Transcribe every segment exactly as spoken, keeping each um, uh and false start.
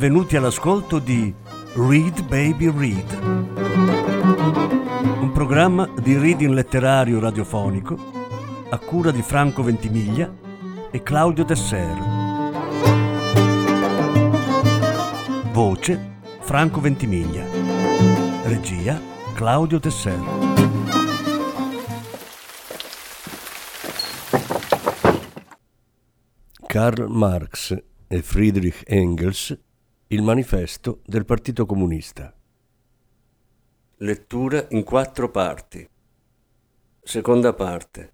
benvenuti all'ascolto di Read Baby Read, un programma di reading letterario radiofonico a cura di Franco Ventimiglia e Claudio Desser. Voce Franco Ventimiglia. Regia Claudio Desser. Karl Marx e Friedrich Engels, il manifesto del Partito Comunista. Lettura in quattro parti. Seconda parte.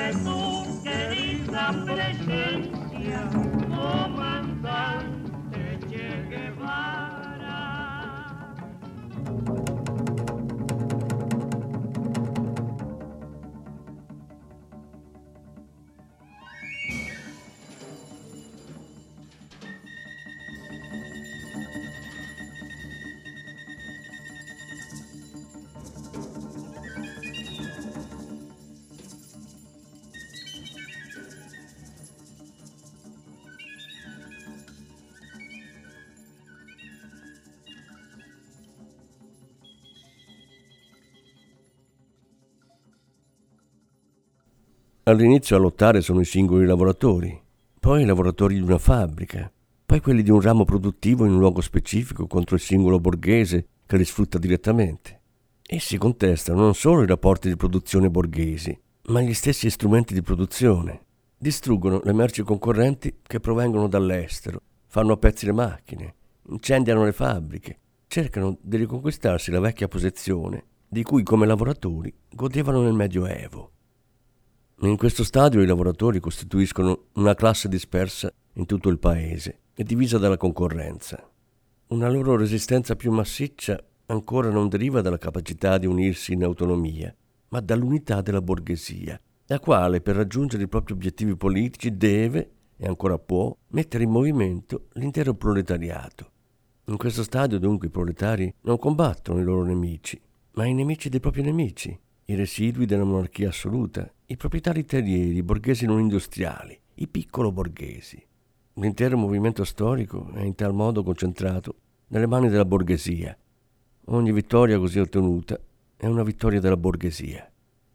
que tu querida presencia, comandante Che Guevara. All'inizio a lottare sono i singoli lavoratori, poi i lavoratori di una fabbrica, poi quelli di un ramo produttivo in un luogo specifico contro il singolo borghese che li sfrutta direttamente. Essi contestano non solo i rapporti di produzione borghesi, ma gli stessi strumenti di produzione. Distruggono le merci concorrenti che provengono dall'estero, fanno a pezzi le macchine, incendiano le fabbriche, cercano di riconquistarsi la vecchia posizione di cui come lavoratori godevano nel Medioevo. In questo stadio i lavoratori costituiscono una classe dispersa in tutto il paese e divisa dalla concorrenza. Una loro resistenza più massiccia ancora non deriva dalla capacità di unirsi in autonomia, ma dall'unità della borghesia, la quale per raggiungere i propri obiettivi politici deve, e ancora può, mettere in movimento l'intero proletariato. In questo stadio dunque i proletari non combattono i loro nemici, ma i nemici dei propri nemici, i residui della monarchia assoluta, i proprietari terrieri, i borghesi non industriali, i piccolo borghesi. L'intero movimento storico è in tal modo concentrato nelle mani della borghesia. Ogni vittoria così ottenuta è una vittoria della borghesia.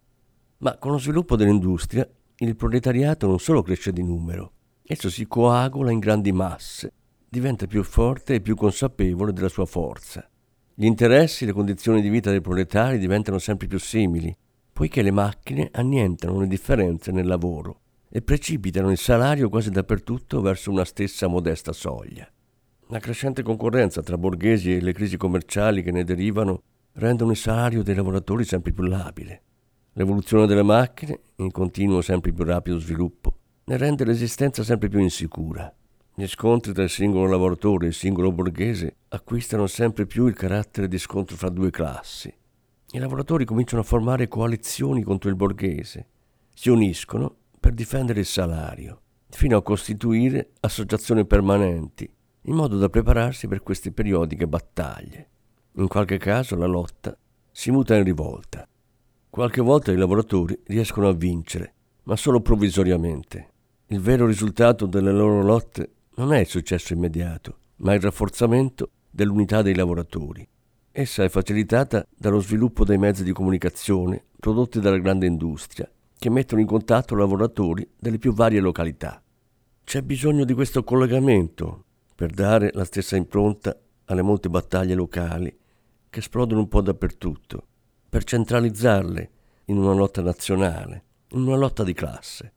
Ma con lo sviluppo dell'industria, il proletariato non solo cresce di numero, esso si coagula in grandi masse, diventa più forte e più consapevole della sua forza. Gli interessi e le condizioni di vita dei proletari diventano sempre più simili, poiché le macchine annientano le differenze nel lavoro e precipitano il salario quasi dappertutto verso una stessa modesta soglia. La crescente concorrenza tra borghesi e le crisi commerciali che ne derivano rendono il salario dei lavoratori sempre più labile. L'evoluzione delle macchine, in continuo sempre più rapido sviluppo, ne rende l'esistenza sempre più insicura. Gli scontri tra il singolo lavoratore e il singolo borghese acquistano sempre più il carattere di scontro fra due classi. I lavoratori cominciano a formare coalizioni contro il borghese, si uniscono per difendere il salario, fino a costituire associazioni permanenti, in modo da prepararsi per queste periodiche battaglie. In qualche caso la lotta si muta in rivolta. Qualche volta i lavoratori riescono a vincere, ma solo provvisoriamente. Il vero risultato delle loro lotte non è il successo immediato, ma il rafforzamento dell'unità dei lavoratori. Essa è facilitata dallo sviluppo dei mezzi di comunicazione prodotti dalla grande industria, che mettono in contatto lavoratori delle più varie località. C'è bisogno di questo collegamento per dare la stessa impronta alle molte battaglie locali che esplodono un po' dappertutto, per centralizzarle in una lotta nazionale, in una lotta di classe.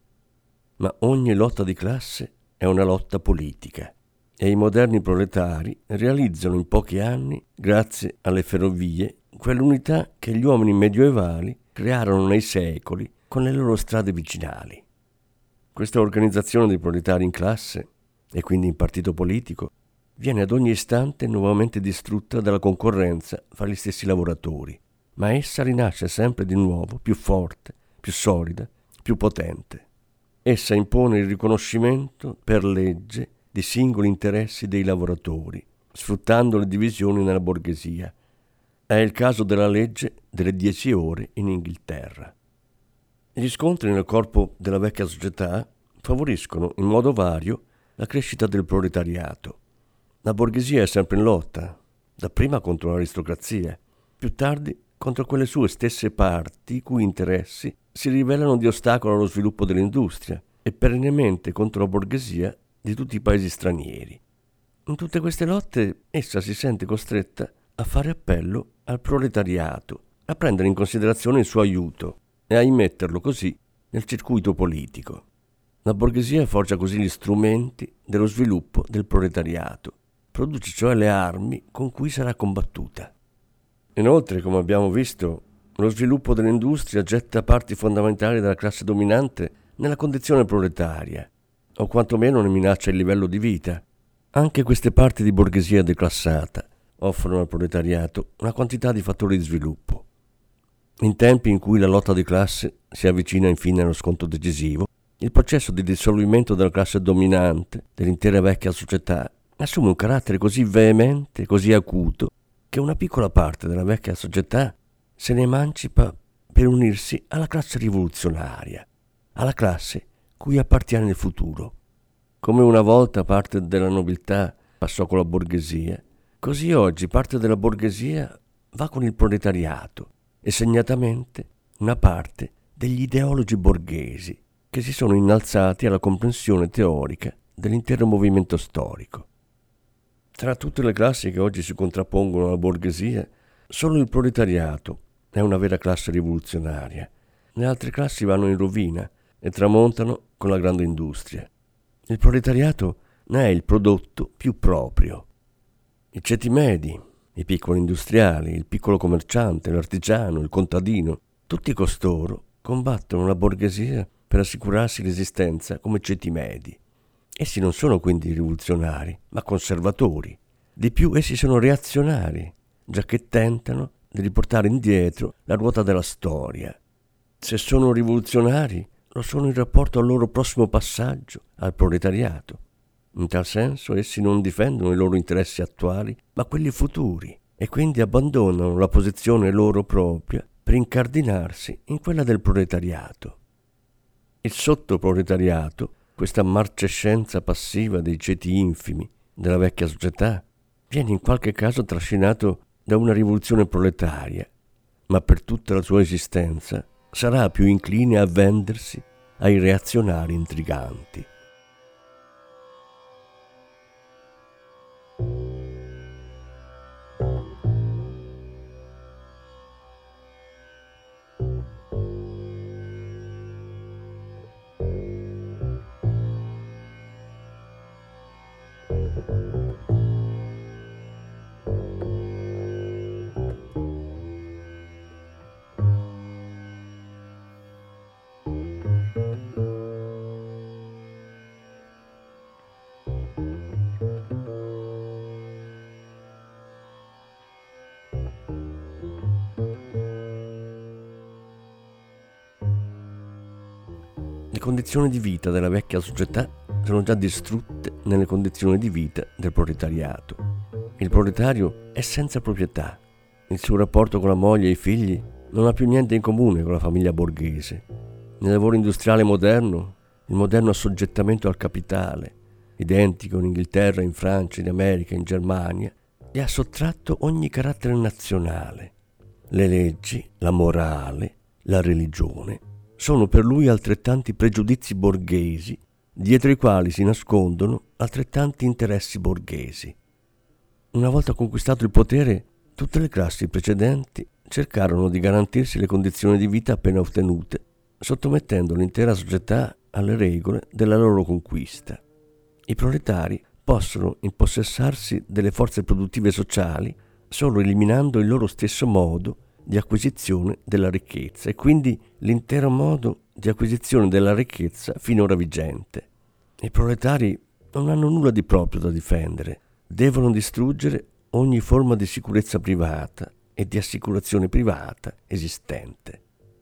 Ma ogni lotta di classe è una lotta politica e i moderni proletari realizzano in pochi anni, grazie alle ferrovie, quell'unità che gli uomini medioevali crearono nei secoli con le loro strade vicinali. Questa organizzazione dei proletari in classe, e quindi in partito politico, viene ad ogni istante nuovamente distrutta dalla concorrenza fra gli stessi lavoratori, ma essa rinasce sempre di nuovo più forte, più solida, più potente. Essa impone il riconoscimento per legge di singoli interessi dei lavoratori, sfruttando le divisioni nella borghesia. È il caso della legge delle dieci ore in Inghilterra. Gli scontri nel corpo della vecchia società favoriscono in modo vario la crescita del proletariato. La borghesia è sempre in lotta, dapprima contro l'aristocrazia, più tardi contro quelle sue stesse parti i cui interessi si rivelano di ostacolo allo sviluppo dell'industria e perennemente contro la borghesia di tutti i paesi stranieri. In tutte queste lotte essa si sente costretta a fare appello al proletariato, a prendere in considerazione il suo aiuto e a immetterlo così nel circuito politico. La borghesia forgia così gli strumenti dello sviluppo del proletariato, produce cioè le armi con cui sarà combattuta. Inoltre, come abbiamo visto, Lo sviluppo dell'industria getta parti fondamentali della classe dominante nella condizione proletaria, o quantomeno ne minaccia il livello di vita. Anche queste parti di borghesia declassata offrono al proletariato una quantità di fattori di sviluppo. In tempi in cui la lotta di classe si avvicina infine allo scontro decisivo, il processo di dissolvimento della classe dominante dell'intera vecchia società assume un carattere così veemente, così acuto, che una piccola parte della vecchia società se ne emancipa per unirsi alla classe rivoluzionaria, alla classe cui appartiene il futuro. Come una volta parte della nobiltà passò con la borghesia, così oggi parte della borghesia va con il proletariato e segnatamente una parte degli ideologi borghesi che si sono innalzati alla comprensione teorica dell'intero movimento storico. Tra tutte le classi che oggi si contrappongono alla borghesia, solo il proletariato è una vera classe rivoluzionaria. Le altre classi vanno in rovina e tramontano con la grande industria. Il proletariato ne è il prodotto più proprio. I ceti medi, i piccoli industriali, il piccolo commerciante, l'artigiano, il contadino, tutti costoro combattono la borghesia per assicurarsi l'esistenza come ceti medi. Essi non sono quindi rivoluzionari, ma conservatori. Di più, essi sono reazionari, giacché tentano di riportare indietro la ruota della storia. Se sono rivoluzionari, lo sono in rapporto al loro prossimo passaggio al proletariato. In tal senso, essi non difendono i loro interessi attuali, ma quelli futuri, e quindi abbandonano la posizione loro propria per incardinarsi in quella del proletariato. Il sottoproletariato, questa marcescenza passiva dei ceti infimi della vecchia società, viene in qualche caso trascinato da una rivoluzione proletaria, ma per tutta la sua esistenza sarà più incline a vendersi ai reazionari intriganti. Le condizioni di vita della vecchia società sono già distrutte nelle condizioni di vita del proletariato. Il proletario è senza proprietà. Il suo rapporto con la moglie e i figli non ha più niente in comune con la famiglia borghese. Nel lavoro industriale moderno, il moderno assoggettamento al capitale, identico in Inghilterra, in Francia, in America, in Germania, gli ha sottratto ogni carattere nazionale. Le leggi, la morale, la religione sono per lui altrettanti pregiudizi borghesi, dietro i quali si nascondono altrettanti interessi borghesi. Una volta conquistato il potere, tutte le classi precedenti cercarono di garantirsi le condizioni di vita appena ottenute, sottomettendo l'intera società alle regole della loro conquista. I proletari possono impossessarsi delle forze produttive sociali solo eliminando il loro stesso modo di acquisizione della ricchezza e quindi l'intero modo di acquisizione della ricchezza finora vigente. I proletari non hanno nulla di proprio da difendere, devono distruggere ogni forma di sicurezza privata e di assicurazione privata esistente.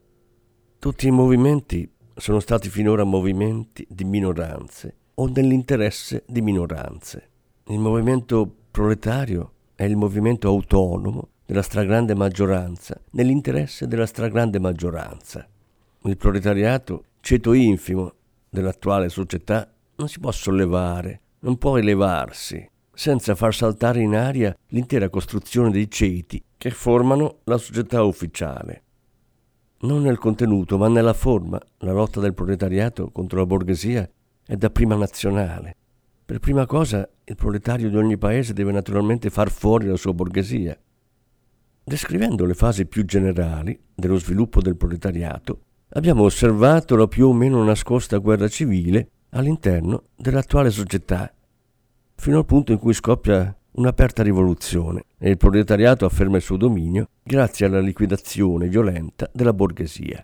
Tutti i movimenti sono stati finora movimenti di minoranze o nell'interesse di minoranze. Il movimento proletario è il movimento autonomo della stragrande maggioranza, nell'interesse della stragrande maggioranza. Il proletariato, ceto infimo dell'attuale società, non si può sollevare, non può elevarsi, senza far saltare in aria l'intera costruzione dei ceti che formano la società ufficiale. Non nel contenuto, ma nella forma, la lotta del proletariato contro la borghesia è dapprima nazionale. Per prima cosa, il proletario di ogni paese deve naturalmente far fuori la sua borghesia. Descrivendo le fasi più generali dello sviluppo del proletariato, abbiamo osservato la più o meno nascosta guerra civile all'interno dell'attuale società, fino al punto in cui scoppia un'aperta rivoluzione e il proletariato afferma il suo dominio grazie alla liquidazione violenta della borghesia.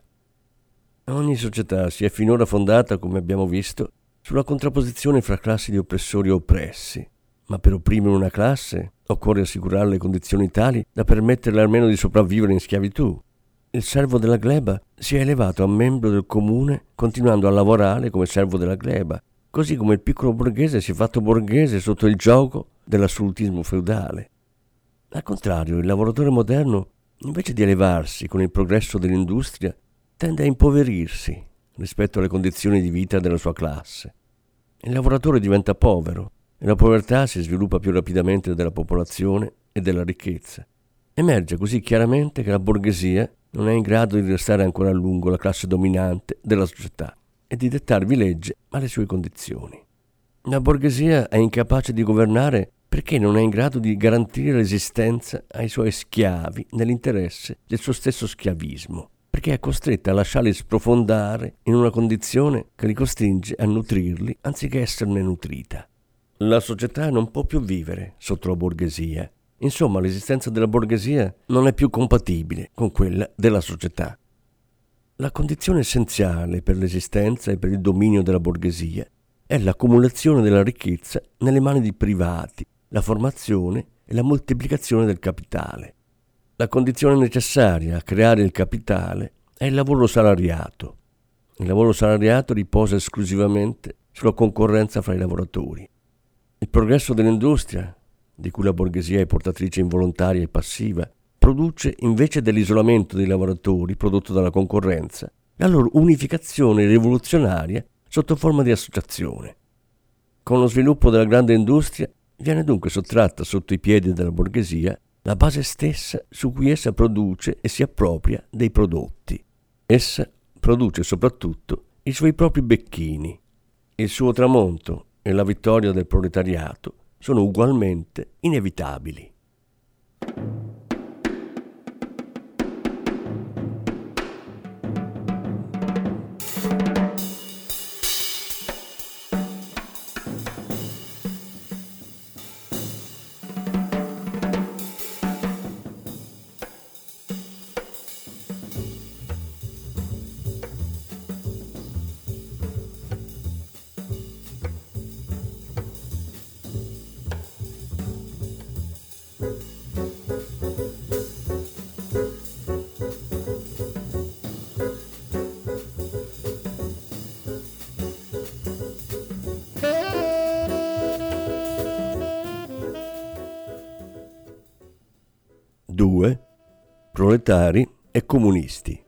Ogni società si è finora fondata, come abbiamo visto, sulla contrapposizione fra classi di oppressori e oppressi, ma per opprimere una classe occorre assicurare le condizioni tali da permetterle almeno di sopravvivere in schiavitù. Il servo della gleba si è elevato a membro del comune continuando a lavorare come servo della gleba, così come il piccolo borghese si è fatto borghese sotto il gioco dell'assolutismo feudale. Al contrario, il lavoratore moderno, invece di elevarsi con il progresso dell'industria, tende a impoverirsi rispetto alle condizioni di vita della sua classe. Il lavoratore diventa povero e la povertà si sviluppa più rapidamente della popolazione e della ricchezza. Emerge così chiaramente che la borghesia non è in grado di restare ancora a lungo la classe dominante della società e di dettarvi legge alle sue condizioni. La borghesia è incapace di governare perché non è in grado di garantire l'esistenza ai suoi schiavi nell'interesse del suo stesso schiavismo, perché è costretta a lasciarli sprofondare in una condizione che li costringe a nutrirli anziché esserne nutrita. La società non può più vivere sotto la borghesia. Insomma, l'esistenza della borghesia non è più compatibile con quella della società. La condizione essenziale per l'esistenza e per il dominio della borghesia è l'accumulazione della ricchezza nelle mani di privati, la formazione e la moltiplicazione del capitale. La condizione necessaria a creare il capitale è il lavoro salariato. Il lavoro salariato riposa esclusivamente sulla concorrenza fra i lavoratori. Il progresso dell'industria, di cui la borghesia è portatrice involontaria e passiva, produce invece dell'isolamento dei lavoratori prodotto dalla concorrenza la loro unificazione rivoluzionaria sotto forma di associazione. Con lo sviluppo della grande industria viene dunque sottratta sotto i piedi della borghesia la base stessa su cui essa produce e si appropria dei prodotti. Essa produce soprattutto i suoi propri becchini. Il suo tramonto e la vittoria del proletariato sono ugualmente inevitabili. due. Proletari e comunisti.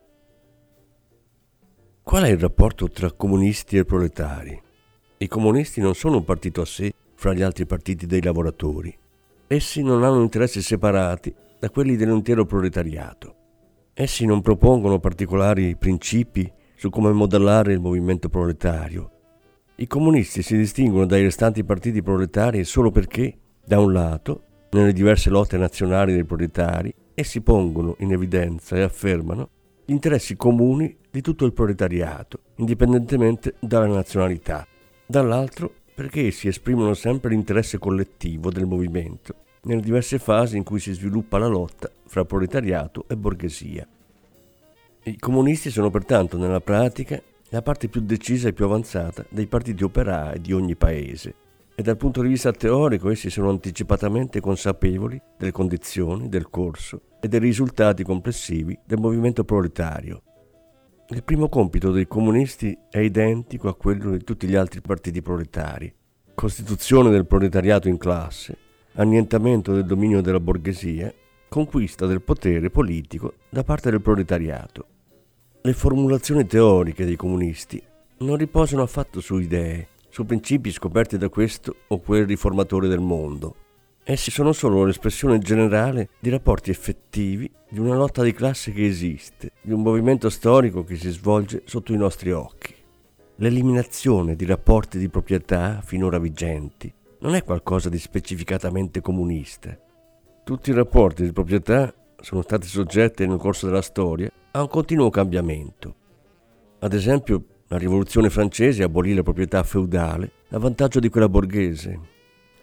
Qual è il rapporto tra comunisti e proletari? I comunisti non sono un partito a sé fra gli altri partiti dei lavoratori. Essi non hanno interessi separati da quelli dell'intero proletariato. Essi non propongono particolari principi su come modellare il movimento proletario. I comunisti si distinguono dai restanti partiti proletari solo perché, da un lato, nelle diverse lotte nazionali dei proletari, essi pongono in evidenza e affermano gli interessi comuni di tutto il proletariato, indipendentemente dalla nazionalità. Dall'altro, perché essi esprimono sempre l'interesse collettivo del movimento, nelle diverse fasi in cui si sviluppa la lotta fra proletariato e borghesia. I comunisti sono pertanto nella pratica la parte più decisa e più avanzata dei partiti operai di ogni paese, e dal punto di vista teorico essi sono anticipatamente consapevoli delle condizioni, del corso e dei risultati complessivi del movimento proletario. Il primo compito dei comunisti è identico a quello di tutti gli altri partiti proletari: costituzione del proletariato in classe, annientamento del dominio della borghesia, conquista del potere politico da parte del proletariato. Le formulazioni teoriche dei comunisti non riposano affatto su idee, su principi scoperti da questo o quel riformatore del mondo. Essi sono solo l'espressione generale di rapporti effettivi di una lotta di classe che esiste, di un movimento storico che si svolge sotto i nostri occhi. L'eliminazione di rapporti di proprietà finora vigenti non è qualcosa di specificatamente comunista. Tutti i rapporti di proprietà sono stati soggetti nel corso della storia a un continuo cambiamento. Ad esempio, la rivoluzione francese abolì la proprietà feudale a vantaggio di quella borghese.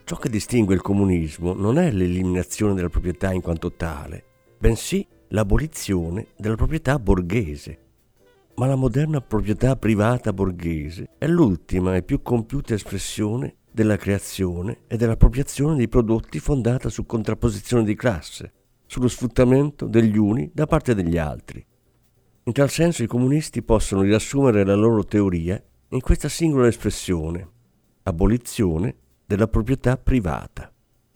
Ciò che distingue il comunismo non è l'eliminazione della proprietà in quanto tale, bensì l'abolizione della proprietà borghese. Ma la moderna proprietà privata borghese è l'ultima e più compiuta espressione della creazione e dell'appropriazione dei prodotti fondata su contrapposizione di classe, sullo sfruttamento degli uni da parte degli altri. In tal senso i comunisti possono riassumere la loro teoria in questa singola espressione: abolizione della proprietà privata.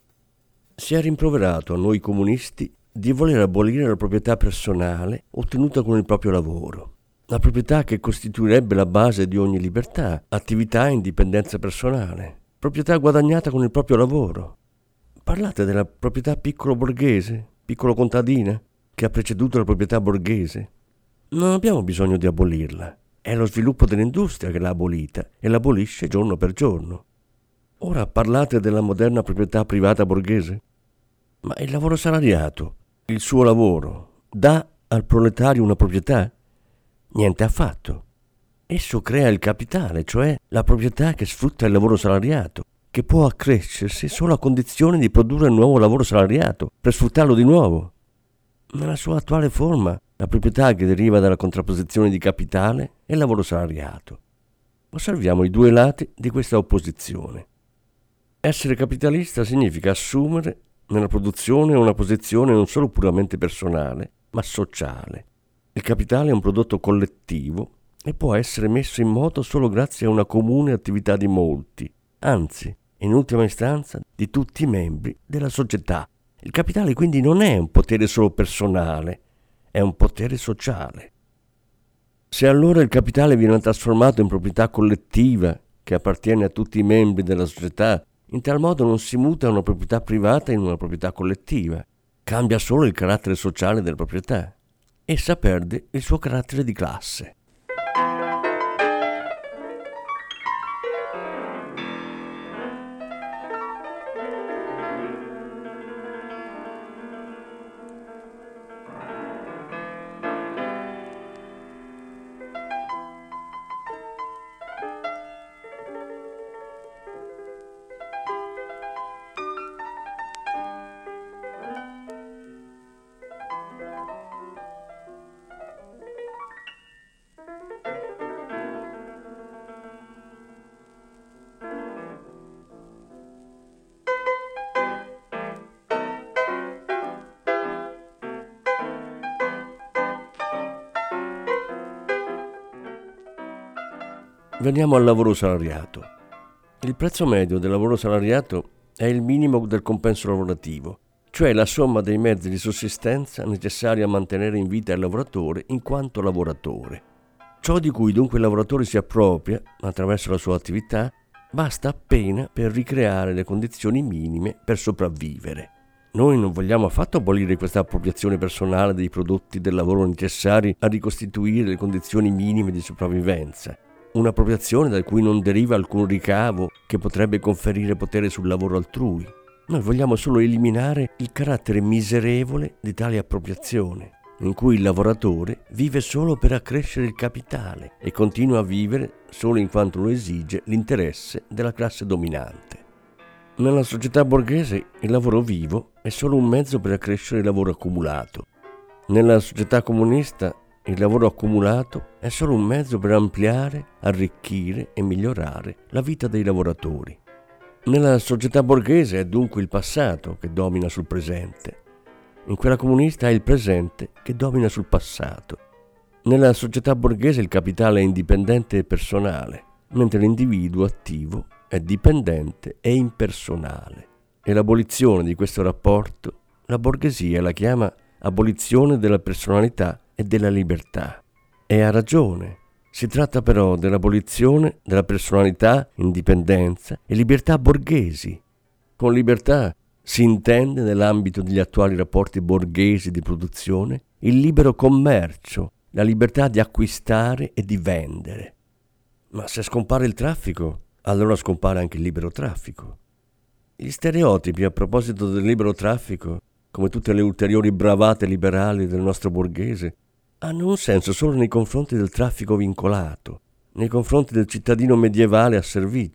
Si è rimproverato a noi comunisti di voler abolire la proprietà personale ottenuta con il proprio lavoro, la proprietà che costituirebbe la base di ogni libertà, attività e indipendenza personale, proprietà guadagnata con il proprio lavoro. Parlate della proprietà piccolo borghese, piccolo contadina, che ha preceduto la proprietà borghese. Non abbiamo bisogno di abolirla. È lo sviluppo dell'industria che l'ha abolita e l'abolisce giorno per giorno. Ora parlate della moderna proprietà privata borghese? Ma il lavoro salariato, il suo lavoro, dà al proletario una proprietà? Niente affatto. Esso crea il capitale, cioè la proprietà che sfrutta il lavoro salariato, che può accrescersi solo a condizione di produrre un nuovo lavoro salariato per sfruttarlo di nuovo. Nella sua attuale forma, la proprietà che deriva dalla contrapposizione di capitale e lavoro salariato. Osserviamo i due lati di questa opposizione. Essere capitalista significa assumere nella produzione una posizione non solo puramente personale, ma sociale. Il capitale è un prodotto collettivo e può essere messo in moto solo grazie a una comune attività di molti, anzi, in ultima istanza, di tutti i membri della società. Il capitale quindi non è un potere solo personale, è un potere sociale. Se allora il capitale viene trasformato in proprietà collettiva che appartiene a tutti i membri della società, in tal modo non si muta una proprietà privata in una proprietà collettiva, cambia solo il carattere sociale della proprietà. Essa perde il suo carattere di classe. Veniamo al lavoro salariato. Il prezzo medio del lavoro salariato è il minimo del compenso lavorativo, cioè la somma dei mezzi di sussistenza necessari a mantenere in vita il lavoratore in quanto lavoratore. Ciò di cui dunque il lavoratore si appropria attraverso la sua attività basta appena per ricreare le condizioni minime per sopravvivere. Noi non vogliamo affatto abolire questa appropriazione personale dei prodotti del lavoro necessari a ricostituire le condizioni minime di sopravvivenza. Un'appropriazione da cui non deriva alcun ricavo che potrebbe conferire potere sul lavoro altrui. Noi vogliamo solo eliminare il carattere miserevole di tale appropriazione, in cui il lavoratore vive solo per accrescere il capitale e continua a vivere solo in quanto lo esige l'interesse della classe dominante. Nella società borghese il lavoro vivo è solo un mezzo per accrescere il lavoro accumulato. Nella società comunista il lavoro accumulato è solo un mezzo per ampliare, arricchire e migliorare la vita dei lavoratori. Nella società borghese è dunque il passato che domina sul presente. In quella comunista è il presente che domina sul passato. Nella società borghese il capitale è indipendente e personale, mentre l'individuo attivo è dipendente e impersonale. E l'abolizione di questo rapporto, la borghesia la chiama abolizione della personalità e della libertà. E ha ragione. Si tratta però dell'abolizione della personalità, indipendenza e libertà borghesi. Con libertà si intende, nell'ambito degli attuali rapporti borghesi di produzione, il libero commercio, la libertà di acquistare e di vendere. Ma se scompare il traffico, allora scompare anche il libero traffico. Gli stereotipi a proposito del libero traffico, come tutte le ulteriori bravate liberali del nostro borghese, hanno un senso solo nei confronti del traffico vincolato, nei confronti del cittadino medievale asservito,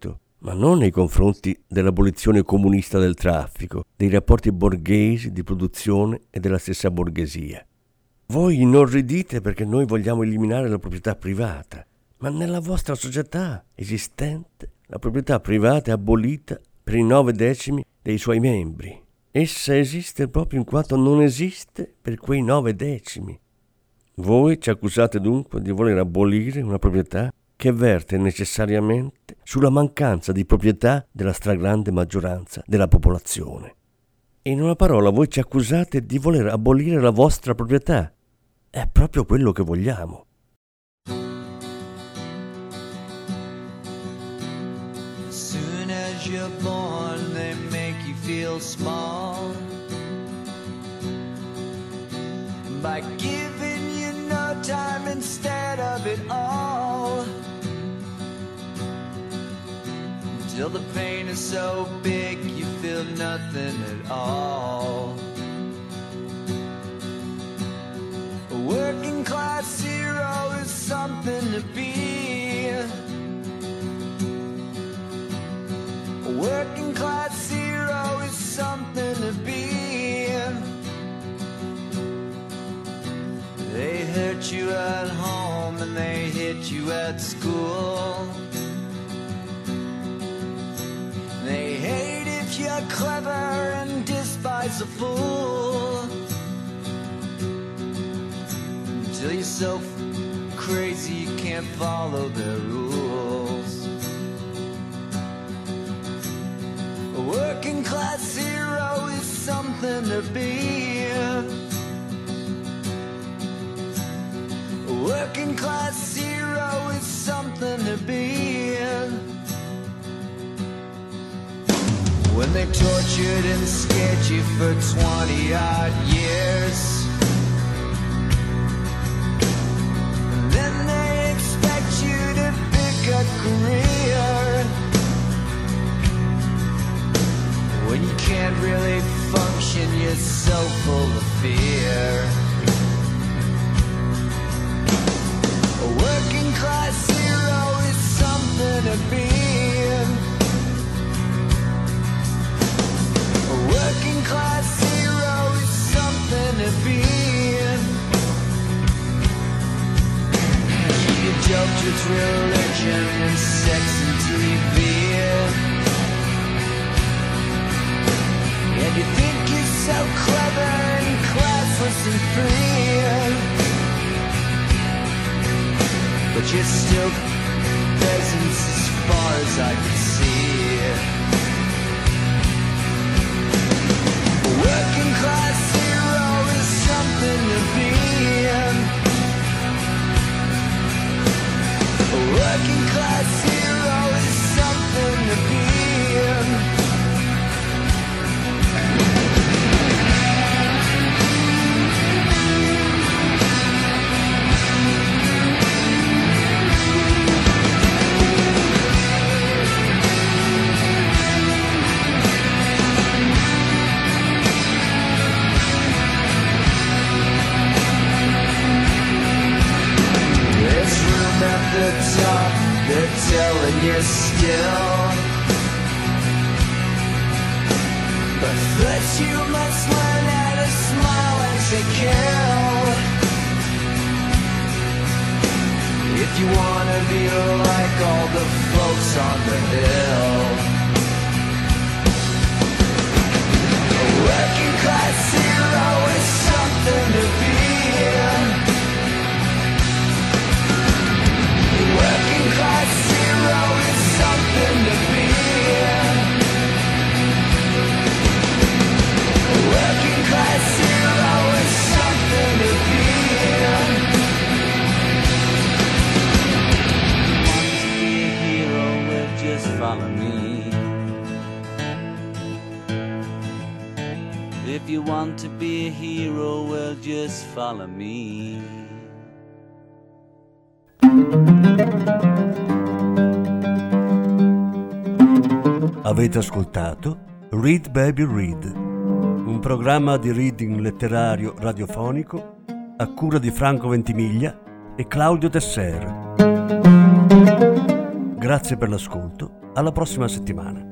ma non nei confronti dell'abolizione comunista del traffico, dei rapporti borghesi di produzione e della stessa borghesia. Voi inorridite perché noi vogliamo eliminare la proprietà privata, ma nella vostra società esistente la proprietà privata è abolita per i nove decimi dei suoi membri. Essa esiste proprio in quanto non esiste per quei nove decimi. Voi ci accusate dunque di voler abolire una proprietà che verte necessariamente sulla mancanza di proprietà della stragrande maggioranza della popolazione. In una parola, voi ci accusate di voler abolire la vostra proprietà. È proprio quello che vogliamo. As soon as you're born, they make you feel small by giving you no time instead of it all. Till the pain is so big you feel nothing at all. A working class hero is something to be. A working class hero is something to be. They hurt you at home and they hit you at school. They hate if you're clever and despise a fool. Until you're so crazy you can't follow their rules. A working class hero is something to be. A working class hero is something to be. When they tortured and scared you for twenty odd years, and then they expect you to pick a career when you can't really function, you're so full of fear. A working class hero is something to be. Working class hero is something to be. You joked with religion and sex and T V, and you think you're so clever and classless and free, but you're still peasants as far as I can see. Working class hero is something to be. A working class hero is something to be. At the top, they're telling you still, but first you must learn how to smile and to kill. If you wanna be like all the folks on the hill. A working class hero is something to be. Working class hero is something to be. Working class hero is something to be. If you want to be a hero, well, just follow me. Avete ascoltato Read Baby Read, un programma di reading letterario radiofonico a cura di Franco Ventimiglia e Claudio Tesser. Grazie per l'ascolto Alla prossima settimana.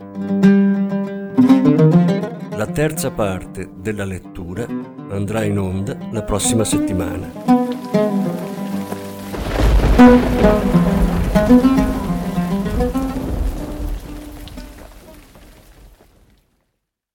La terza parte della lettura andrà in onda la prossima settimana.